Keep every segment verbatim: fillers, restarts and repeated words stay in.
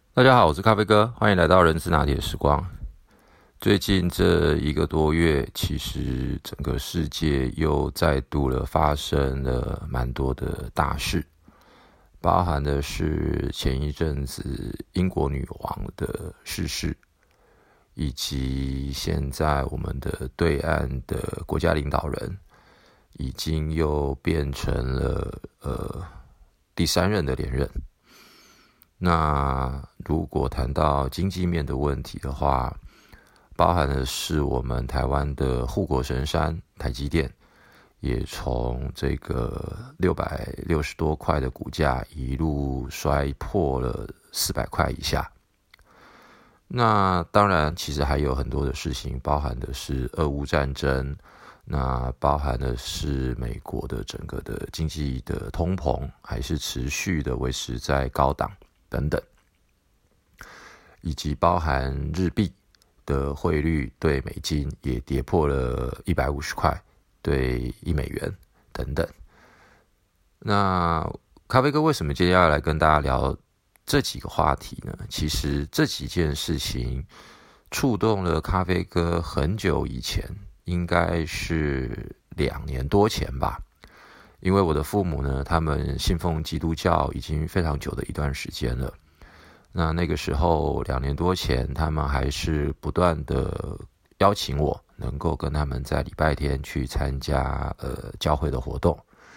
大家好，我是咖啡哥，欢迎来到人资拿铁时光。最近这一个多月，其实整个世界又再度了发生了蛮多的大事，包含的是前一阵子英国女王的逝世，以及现在我们的对岸的国家领导人已经又变成了呃第三任的连任。那如果谈到经济面的问题的话，包含的是我们台湾的护国神山台积电，也从这个六百六十多块的股价一路摔破了四百块以下。那当然，其实还有很多的事情，包含的是俄乌战争，那包含的是美国的整个的经济的通膨还是持续的维持在高档。等等，以及包含日币的汇率对美金也跌破了一百五十块对一美元等等。那咖啡哥为什么今天要来跟大家聊这几个话题呢？其实这几件事情触动了咖啡哥很久以前，应该是两年多前吧。因为我的父母呢，他们信奉基督教已经非常久的一段时间了。那那个时候两年多前，他们还是不断的邀请我，能够跟他们在礼拜天去参加呃教会的活动。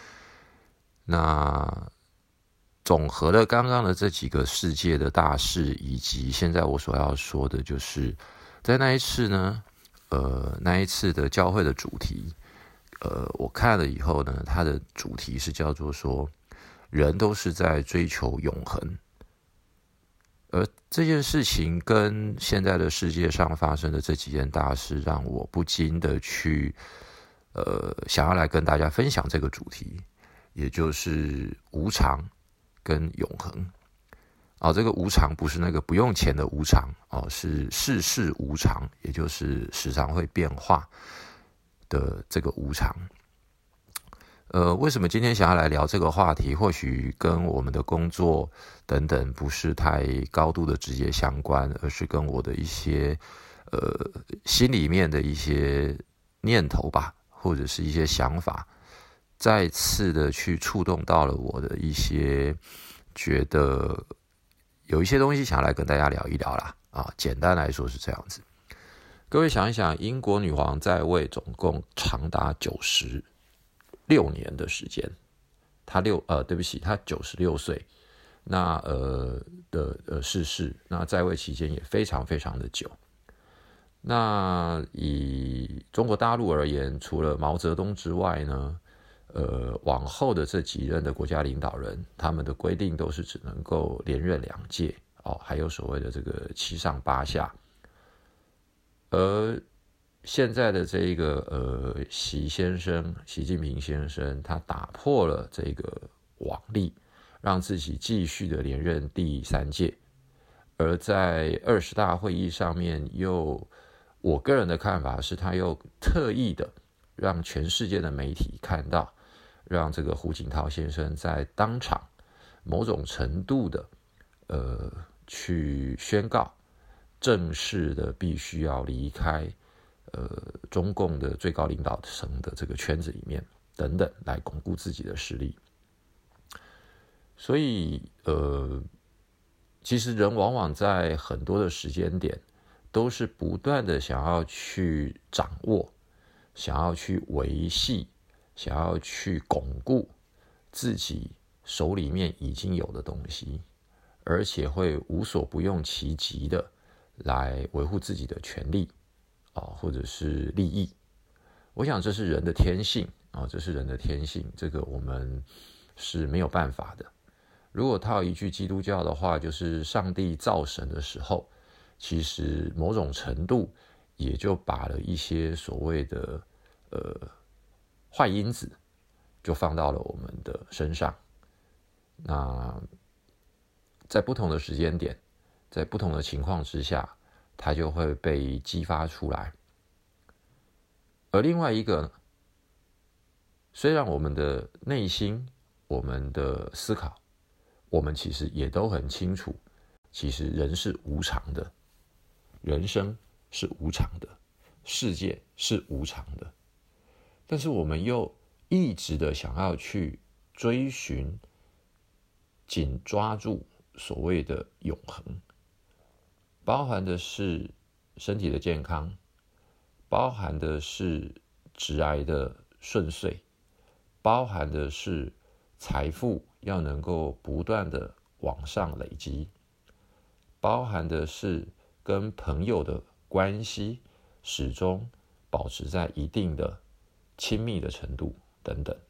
那总和了刚刚的这几个世界的大事，以及现在我所要说的，就是在那一次呢，呃，那一次的教会的主题。呃，我看了以后呢，它的主题是叫做说，人都是在追求永恒，而这件事情跟现在的世界上发生的这几件大事，让我不禁的去，呃，想要来跟大家分享这个主题，也就是无常跟永恒。哦，这个无常不是那个不用钱的无常哦，是世事无常，也就是时常会变化的这个无常。呃，为什么今天想要来聊这个话题？或许跟我们的工作等等不是太高度的直接相关，而是跟我的一些呃心里面的一些念头吧，或者是一些想法，再次的去触动到了我的一些觉得有一些东西想来跟大家聊一聊啦。啊，简单来说是这样子。各位想一想，英国女王在位总共长达九十六年的时间，她六呃，对不起，她九十六岁，那呃的呃逝世，那在位期间也非常非常的久。那以中国大陆而言，除了毛泽东之外呢，呃，往后的这几任的国家领导人，他们的规定都是只能够连任两届哦，还有所谓的这个七上八下。而现在的这个呃习先生，习近平先生，他打破了这个往例，让自己继续的连任第三届。而在二十大会议上面又，我个人的看法是，他又特意的让全世界的媒体看到，让这个胡锦涛先生在当场某种程度的呃去宣告。正式的必须要离开呃中共的最高领导层的这个圈子里面等等，来巩固自己的实力。所以呃，其实人往往在很多的时间点，都是不断的想要去掌握，想要去维系，想要去巩固自己手里面已经有的东西，而且会无所不用其极的来维护自己的权利啊，或者是利益。我想这是人的天性啊，这是人的天性，这个我们是没有办法的。如果套一句基督教的话，就是上帝造神的时候，其实某种程度也就把了一些所谓的呃坏因子，就放到了我们的身上。那在不同的时间点，在不同的情况之下，它就会被激发出来。而另外一个，虽然我们的内心、我们的思考，我们其实也都很清楚， 其实人是无常的，人生是无常的，世界是无常的，但是我们又一直的想要去追寻，紧抓住所谓的永恒，包含的是身体的健康，包含的是职涯的顺遂，包含的是财富要能够不断的往上累积，包含的是跟朋友的关系始终保持在一定的亲密的程度等等。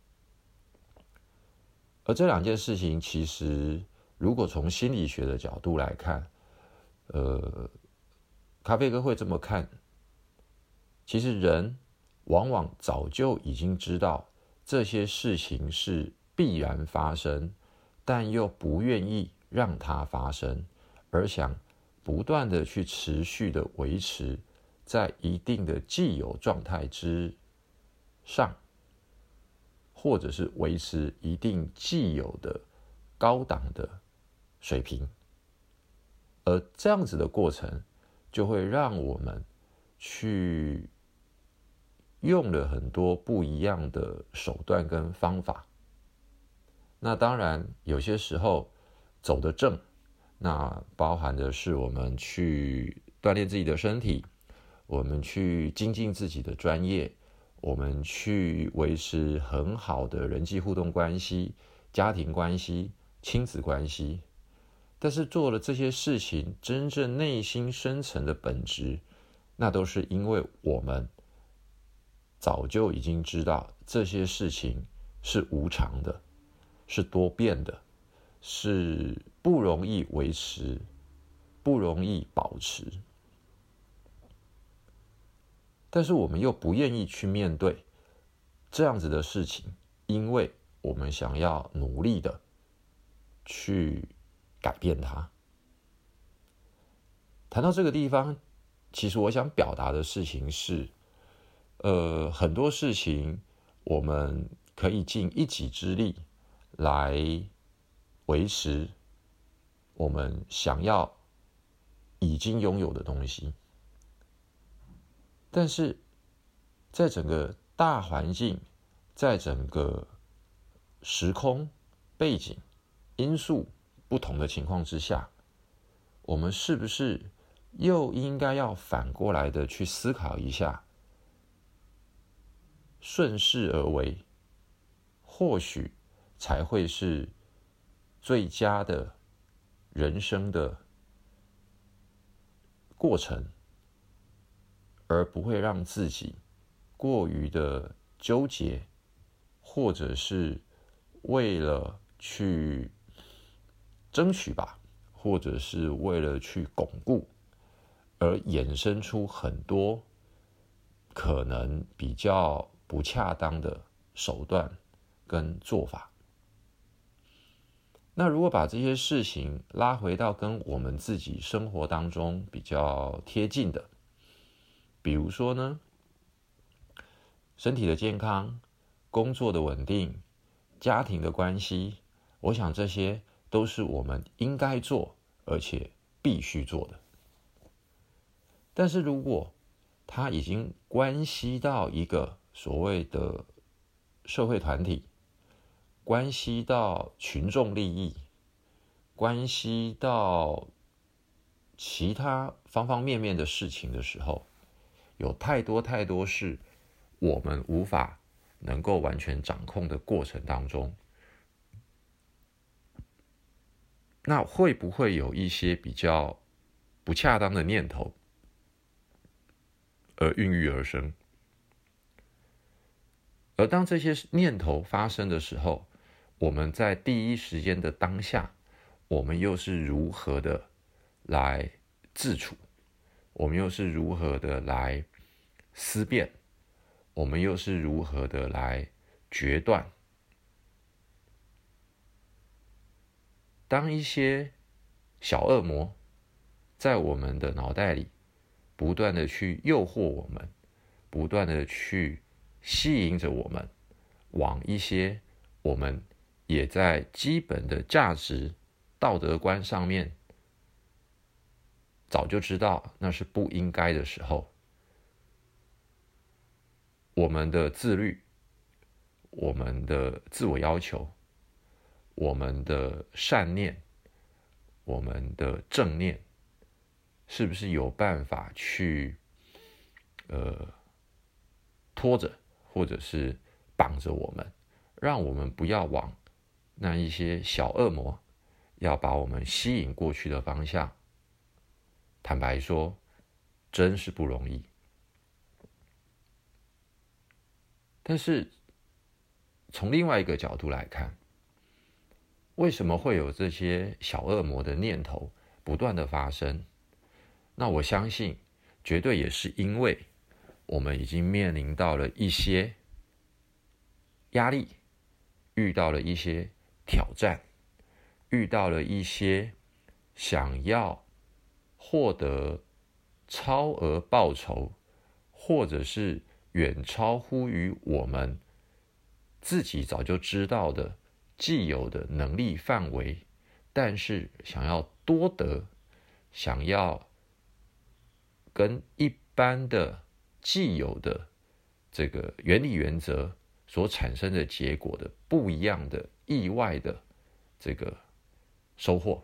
而这两件事情，其实如果从心理学的角度来看，呃，咖啡哥会这么看，其实人往往早就已经知道这些事情是必然发生，但又不愿意让它发生，而想不断的去持续的维持在一定的既有状态之上，或者是维持一定既有的高档的水平。而这样子的过程就会让我们去用了很多不一样的手段跟方法。那当然有些时候走得正，那包含的是我们去锻炼自己的身体，我们去精进自己的专业，我们去维持很好的人际互动关系、家庭关系、亲子关系。但是做了这些事情，真正内心深层的本质，那都是因为我们早就已经知道这些事情是无常的，是多变的，是不容易维持，不容易保持。但是我们又不愿意去面对这样子的事情，因为我们想要努力的去改变它。谈到这个地方，其实我想表达的事情是，呃，很多事情我们可以尽一己之力来维持我们想要已经拥有的东西，但是在整个大环境，在整个时空背景因素不同的情况之下，我们是不是又应该要反过来的去思考一下，顺势而为，或许才会是最佳的人生的过程，而不会让自己过于的纠结，或者是为了去争取吧，或者是为了去巩固，而衍生出很多可能比较不恰当的手段跟做法。那如果把这些事情拉回到跟我们自己生活当中比较贴近的，比如说呢，身体的健康、工作的稳定、家庭的关系，我想这些都是我们应该做而且必须做的。但是如果它已经关系到一个所谓的社会团体，关系到群众利益，关系到其他方方面面的事情的时候，有太多太多是我们无法能够完全掌控的过程当中，那会不会有一些比较不恰当的念头而孕育而生？而当这些念头发生的时候，我们在第一时间的当下，我们又是如何的来自处？我们又是如何的来思辨？我们又是如何的来决断？当一些小恶魔在我们的脑袋里不断的去诱惑我们，不断的去吸引着我们往一些我们也在基本的价值道德观上面早就知道那是不应该的时候，我们的自律，我们的自我要求，我们的善念，我们的正念，是不是有办法去呃拖着，或者是绑着我们，让我们不要往那一些小恶魔要把我们吸引过去的方向？坦白说，真是不容易。但是从另外一个角度来看，为什么会有这些小恶魔的念头不断的发生？那我相信，绝对也是因为我们已经面临到了一些压力，遇到了一些挑战，遇到了一些想要获得超额报酬，或者是远超乎于我们自己早就知道的既有的能力范围，但是想要多得，想要跟一般的既有的这个原理原则所产生的结果的不一样的意外的这个收获。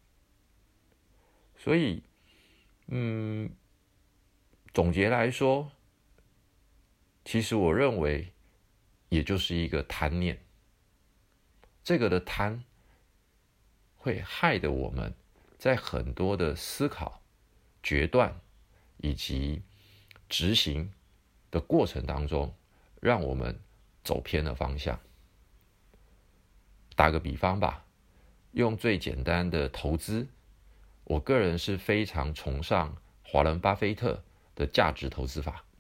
所以嗯，总结来说，其实我认为也就是一个贪念。这个的贪会害得我们在很多的思考、决断以及执行的过程当中，让我们走偏了方向。打个比方吧，用最简单的投资，我个人是非常崇尚华伦巴菲特的价值投资法。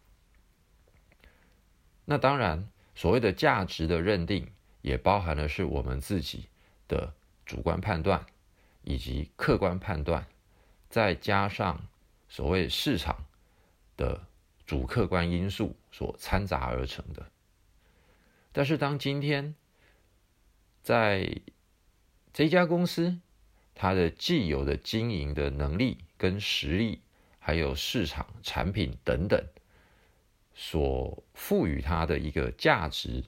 那当然，所谓的价值的认定，也包含的是我们自己的主观判断以及客观判断，再加上所谓市场的主客观因素所掺杂而成的。但是当今天在这家公司它的既有的经营的能力跟实力，还有市场产品等等所赋予它的一个价值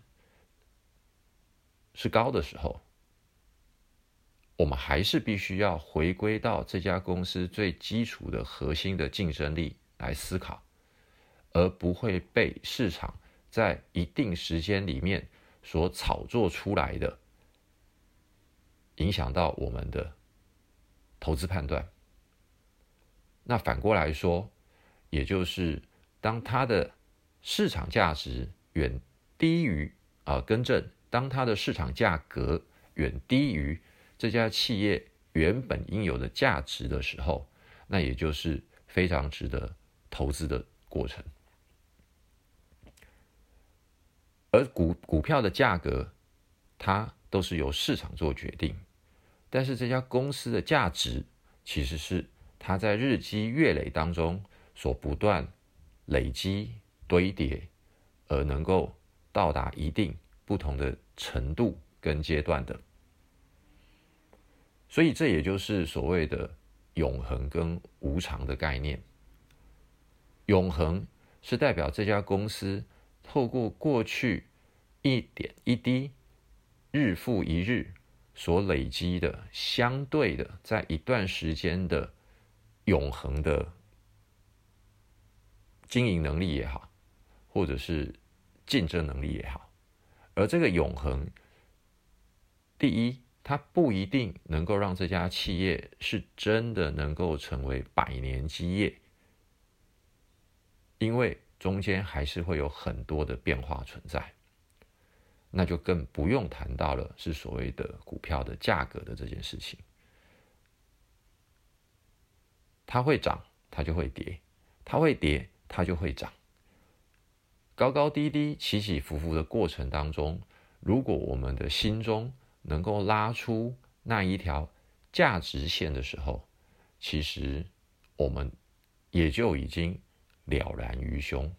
是高的时候，我们还是必须要回归到这家公司最基础的核心的竞争力来思考，而不会被市场在一定时间里面所炒作出来的影响到我们的投资判断。那反过来说，也就是当它的市场价值远低于啊、呃，更正，当它的市场价格远低于这家企业原本应有的价值的时候，那也就是非常值得投资的过程。而股股票的价格，它都是由市场做决定，但是这家公司的价值其实是它在日积月累当中所不断累积堆叠，而能够到达一定不同的程度跟阶段的。所以这也就是所谓的永恒跟无常的概念。永恒是代表这家公司透过过去一点一滴、日复一日所累积的相对的在一段时间的永恒的经营能力也好，或者是竞争能力也好。而这个永恒，第一，它不一定能够让这家企业是真的能够成为百年基业，因为中间还是会有很多的变化存在。那就更不用谈到了是所谓的股票的价格的这件事情。它会涨，它就会跌；它会跌，它就会涨。高高低低、起起伏伏的过程当中，如果我们的心中能够拉出那一条价值线的时候，其实我们也就已经了然于胸。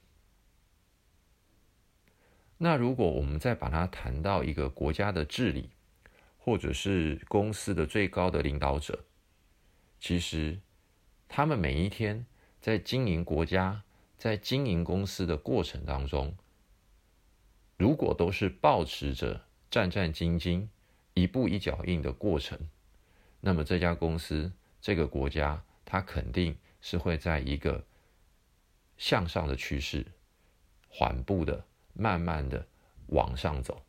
那如果我们再把它谈到一个国家的治理，或者是公司的最高的领导者，其实他们每一天在经营国家、在经营公司的过程当中，如果都是抱持着战战兢兢、一步一脚印的过程，那么这家公司、这个国家，它肯定是会在一个向上的趋势，缓步的、慢慢的往上走。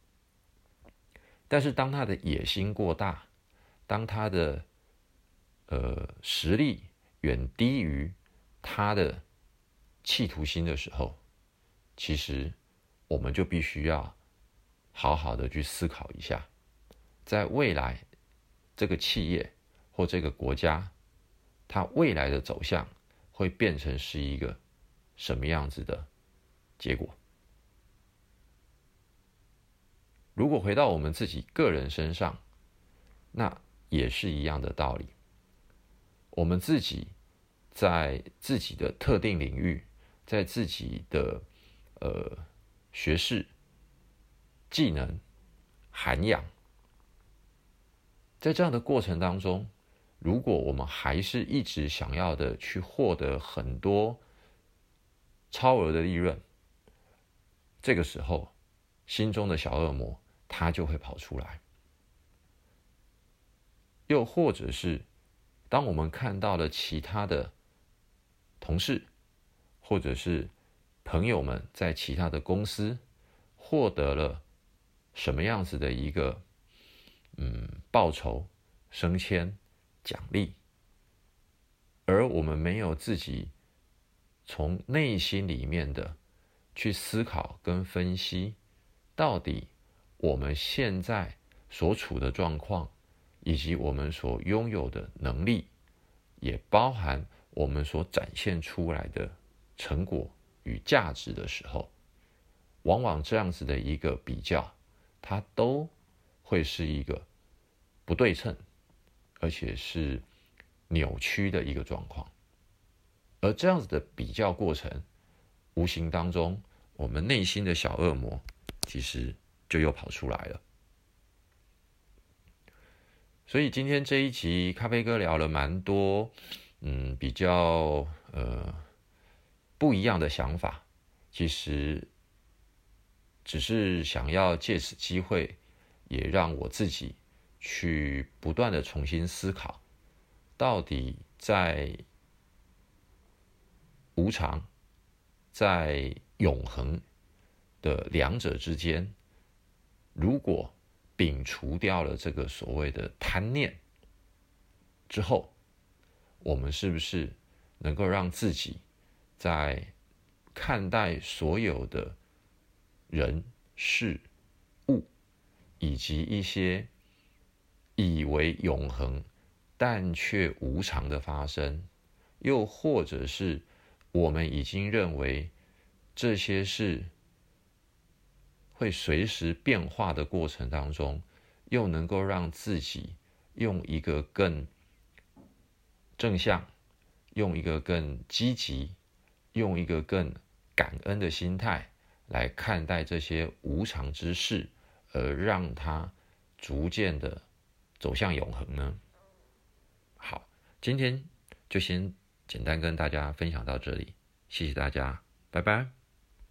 但是当他的野心过大，当他的呃实力远低于他的企图心的时候，其实我们就必须要好好的去思考一下，在未来这个企业或这个国家，它未来的走向会变成是一个什么样子的结果。如果回到我们自己个人身上，那也是一样的道理。我们自己在自己的特定领域，在自己的呃学识、技能、涵养，在这样的过程当中，如果我们还是一直想要的去获得很多超额的利润，这个时候心中的小恶魔它就会跑出来。又或者是当我们看到了其他的同事或者是朋友们在其他的公司获得了什么样子的一个嗯报酬、升迁、奖励，而我们没有自己从内心里面的去思考跟分析，到底我们现在所处的状况，以及我们所拥有的能力，也包含我们所展现出来的成果与价值的时候，往往这样子的一个比较，它都会是一个不对称，而且是扭曲的一个状况。而这样子的比较过程，无形当中，我们内心的小恶魔其实就又跑出来了。所以今天这一集咖啡哥聊了蛮多嗯比较呃不一样的想法，其实只是想要借此机会也让我自己去不断的重新思考，到底在无常在永恒的两者之间，如果摒除掉了这个所谓的贪念之后，我们是不是能够让自己在看待所有的人事物，以及一些以为永恒但却无常的发生，又或者是我们已经认为这些是会随时变化的过程当中，又能够让自己用一个更正向、用一个更积极、用一个更感恩的心态来看待这些无常之事，而让它逐渐的走向永恒呢？好，今天就先简单跟大家分享到这里，谢谢大家，拜拜。